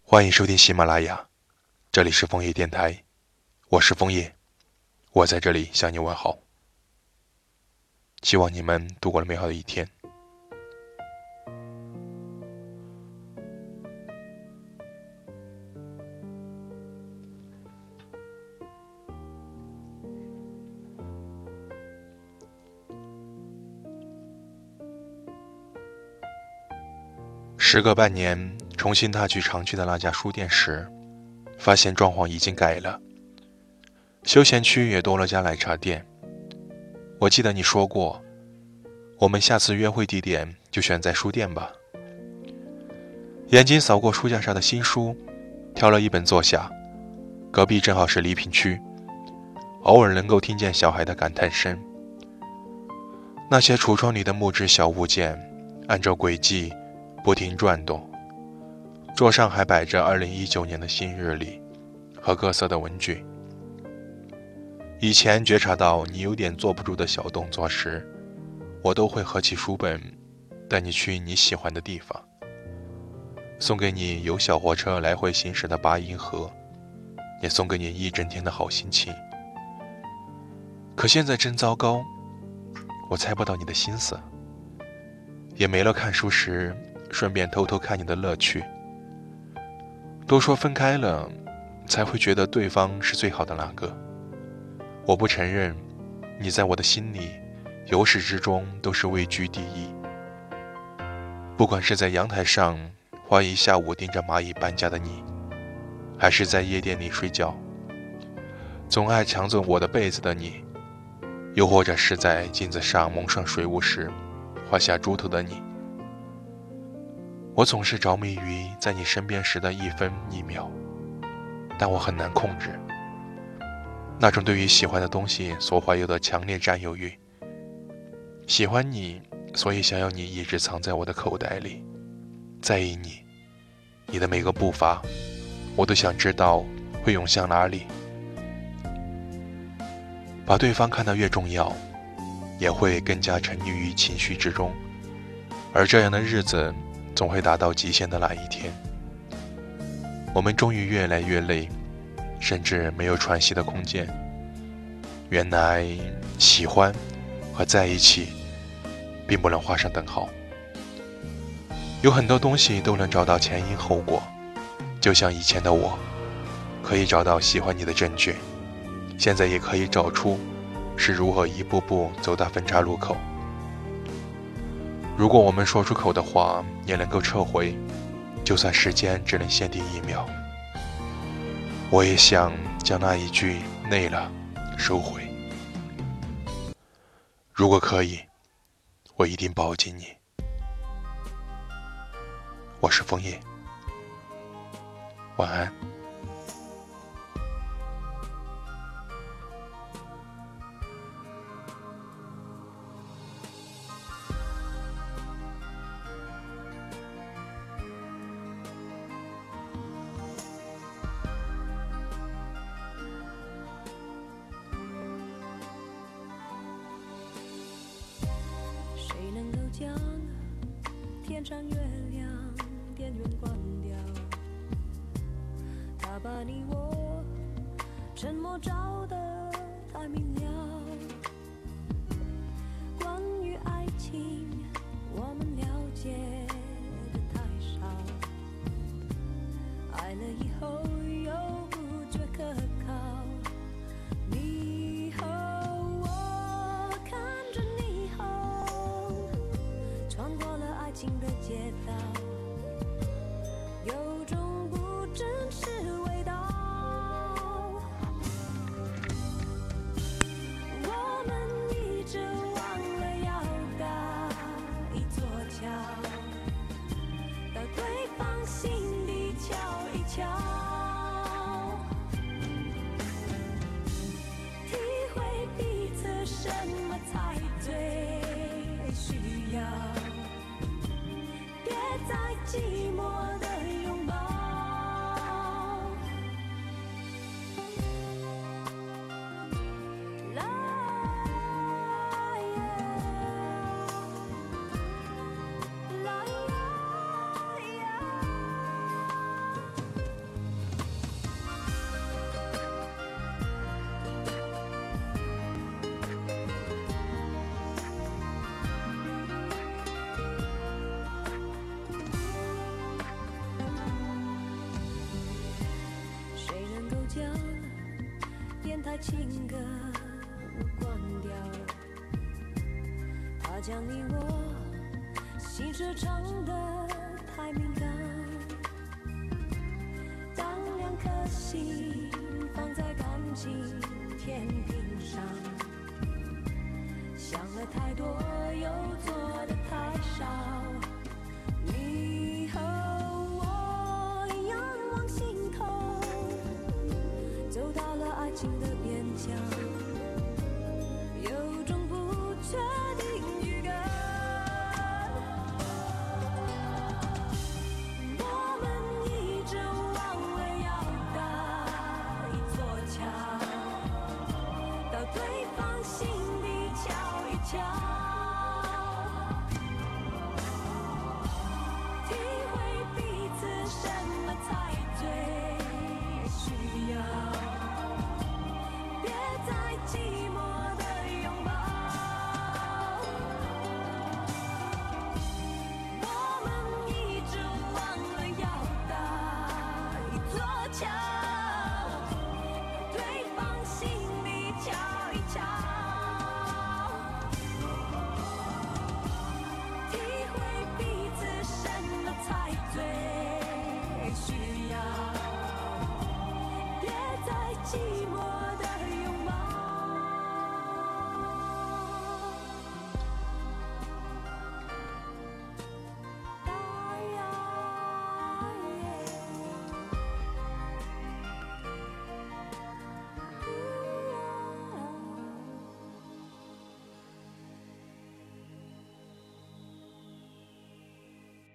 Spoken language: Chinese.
欢迎收听喜马拉雅，这里是枫叶电台，我是枫叶，我在这里向你问好。希望你们度过了美好的一天。时隔半年，重新踏去常去的那家书店时，发现装潢已经改了，休闲区也多了家奶茶店。我记得你说过，我们下次约会地点就选在书店吧。眼睛扫过书架上的新书，挑了一本坐下，隔壁正好是礼品区，偶尔能够听见小孩的感叹声。那些橱窗里的木质小物件按照轨迹不停转动，桌上还摆着2019年的新日历和各色的文具。以前觉察到你有点坐不住的小动作时，我都会合起书本带你去你喜欢的地方，送给你有小火车来回行驶的八音盒，也送给你一整天的好心情。可现在真糟糕，我猜不到你的心思，也没了看书时顺便偷偷看你的乐趣。都说分开了才会觉得对方是最好的那个，我不承认，你在我的心里由始至终都是位居第一。不管是在阳台上花一下午盯着蚂蚁搬家的你，还是在夜店里睡觉总爱抢走我的被子的你，又或者是在镜子上蒙上水雾时画下猪头的你，我总是着迷于在你身边时的一分一秒，但我很难控制那种对于喜欢的东西所怀有的强烈占有欲。喜欢你，所以想要你一直藏在我的口袋里，在意你，你的每个步伐我都想知道会涌向哪里。把对方看得越重要，也会更加沉溺于情绪之中，而这样的日子总会达到极限的那一天，我们终于越来越累，甚至没有喘息的空间。原来喜欢和在一起并不能画上等号，有很多东西都能找到前因后果，就像以前的我可以找到喜欢你的证据，现在也可以找出是如何一步步走到分岔路口。如果我们说出口的话也能够撤回，就算时间只能限定1秒，我也想将那一句累了收回。如果可以，我一定抱紧你。我是枫叶，晚安。 谁能够将天上月亮电源关掉？它把你我沉默照得太明了。关于爱情，我们了解的太少。爱了以后又不觉可靠。你和我看着霓虹，穿过了爱情的街道，有种不真实味道。我们一直忘了要搭一座桥，到对方心里瞧一瞧。 在情歌关掉，他将你我心事唱得太敏感。当两颗心放在感情天平上，想了太多又做的太少。你和我仰望星空，走到了爱情的边疆，有种不确定预感。我们一直忘了要搭一座桥，到对方心底瞧一瞧。寂寞